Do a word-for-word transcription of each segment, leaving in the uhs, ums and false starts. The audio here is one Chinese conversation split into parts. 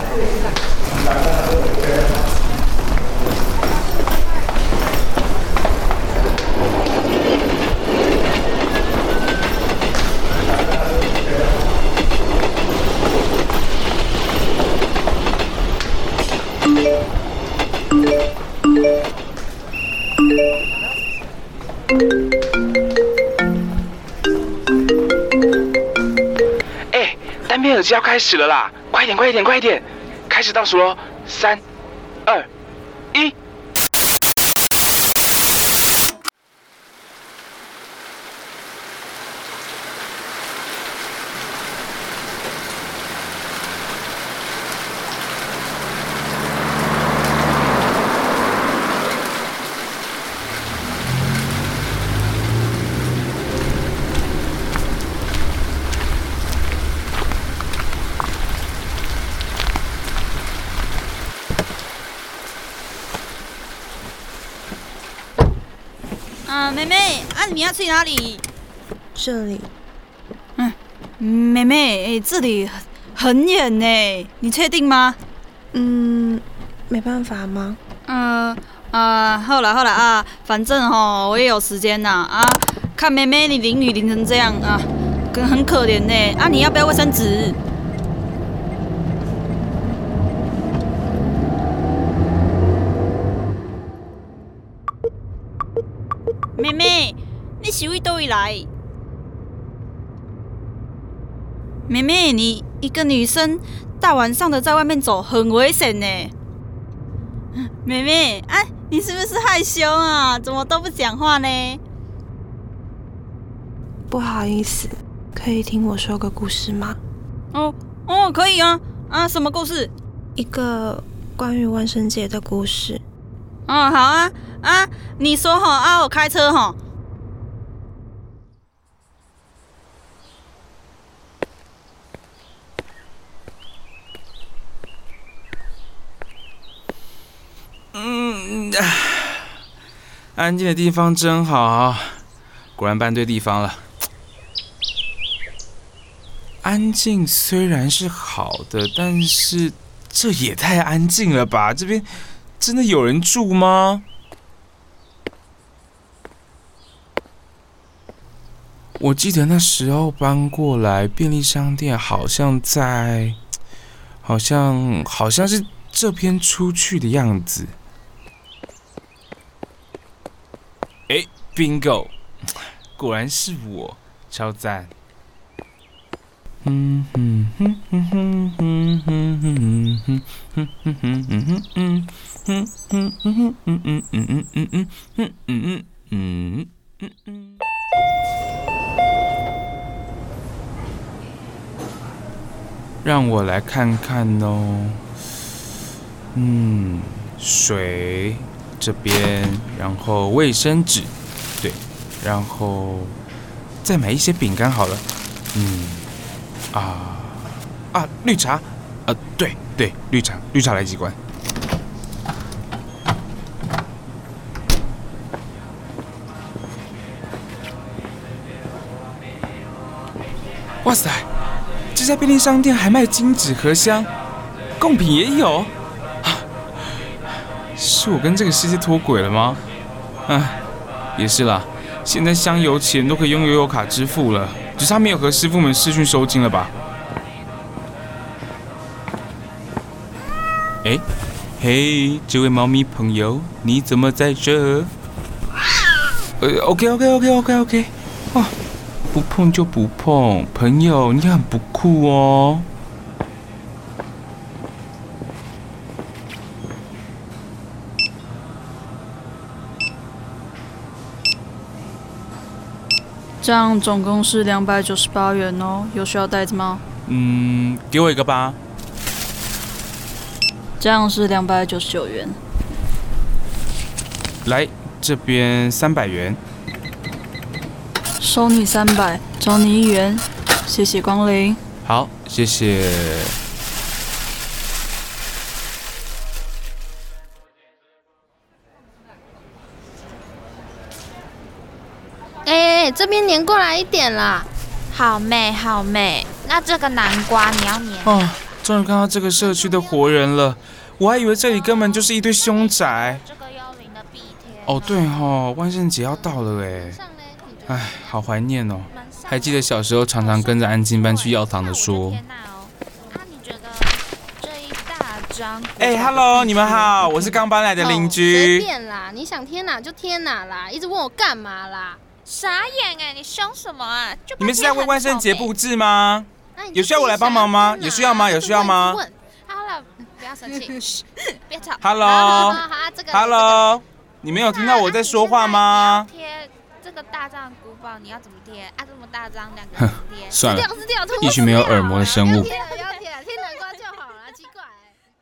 哎，单边耳机要开始了啦！快一点，快一点，快一点！开始倒数喽，三、二、一。 啊，妹妹，啊，你要去哪里？ 这里。 嗯，妹妹，欸、这里很远呢，你确定吗？ 嗯，没办法吗？ 嗯啊，好啦好啦啊，反正吼我也有时间呐啊，看妹妹你淋雨淋成这样啊，跟很可怜呢啊，你要不要卫生纸？妹妹，你是为倒位来？妹妹，你一个女生大晚上的在外面走，很危险呢。妹妹，哎、啊，你是不是害羞啊？怎么都不讲话呢？ 不好意思，可以听我说个故事吗？ 哦哦，可以啊啊，什么故事？ 一个关于万圣节的故事。 哦，好啊啊，你说吼啊，我开车吼。 嗯，安静的地方真好，果然搬对地方了。安静虽然是好的，但是这也太安静了吧？这边真的有人住吗？我记得那时候搬过来，便利商店好像在，好像好像是这边出去的样子。哎 ，bingo， 果然是我，超赞！嗯哼哼哼哼哼哼哼哼哼哼哼哼哼哼哼哼哼嗯嗯嗯嗯嗯嗯嗯嗯嗯嗯嗯嗯。让我来看看哦。嗯，水这边，然后卫生纸，对，然后再买一些饼干好了。嗯，啊啊，绿茶，呃，对对，绿茶，绿茶来几罐。哇塞！这家便利商店还卖金纸盒箱，贡品也有，啊、是我跟这个世界脱轨了吗？唉，也是啦，现在香油钱都可以用悠游卡支付了，只差没有和师傅们视讯收金了吧？哎，嘿，这位猫咪朋友，你怎么在这？呃 ，OK OK OK OK OK， 哦。不碰就不碰，朋友，你很不酷哦。 这样总共是两百九十八元哦，有需要袋子吗？ 嗯，给我一个吧。 这样是两百九十九元。 来，这边三百元。 收你三百，找你一元，谢谢光临。 好，谢谢。 哎、欸，这边粘过来一点啦。好美，好美。那这个南瓜你要粘？ 哦， 终于看到这个社区的活人了，我还以为这里根本就是一堆凶宅。哦，对哦，万圣节要到了哎，哎，好怀念哦。还记得小时候常常跟着安亲班去药堂的说。哎、欸、，Hello， 你们好，我是刚搬来的邻居。 随便啦，你想贴哪就贴哪啦，一直问我干嘛啦？ 傻眼哎，你凶什么啊？就你们是在为万圣节布置吗？有需要我来帮忙吗？有需要吗？有需要吗？ 好了，不要生气，别吵。 Hello，Hello， 这个、 你没有听到我在说话吗？ 贴这个大张古堡，你要怎么贴？啊，这么大张，两个人贴。 算了， 撕掉撕掉， 一群没有耳膜的生物。 不要贴了，不要贴了，贴南瓜就好了，奇怪。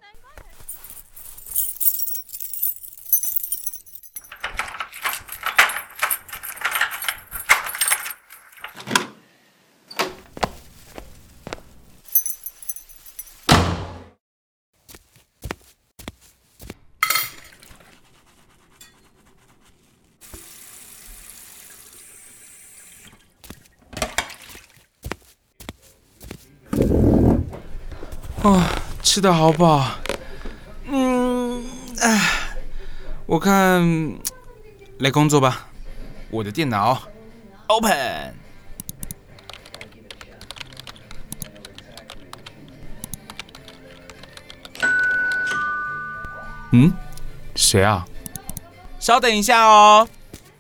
哦，吃得好饱。嗯，哎，我看来工作吧。我的电脑 ，open。嗯，谁啊？稍等一下哦。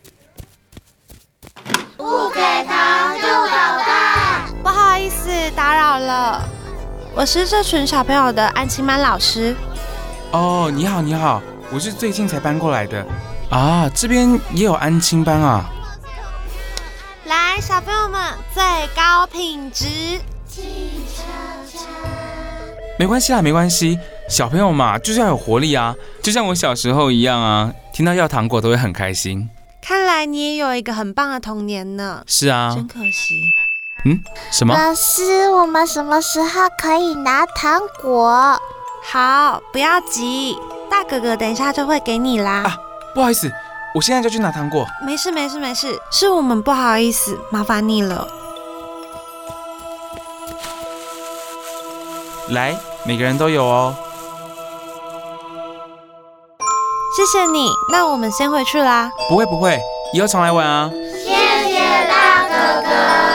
不给糖就捣蛋。 不好意思，打扰了。我是这群小朋友的安亲班老师。 哦，你好，你好，我是最近才搬过来的。啊，这边也有安亲班啊。 来，小朋友们，最高品质。 没关系啦，没关系，小朋友嘛，就是要有活力啊，就像我小时候一样啊，听到要糖果都会很开心。 看来你也有一个很棒的童年呢。 是啊。 真可惜。 嗯？什么？ 老师，我们什么时候可以拿糖果？ 好，不要急，大哥哥等一下就会给你啦。 啊，不好意思，我现在就去拿糖果。 没事没事没事，是我们不好意思，麻烦你了。 来，每个人都有哦。 谢谢你，那我们先回去啦。 不会不会，以后常来玩啊。 谢谢大哥哥。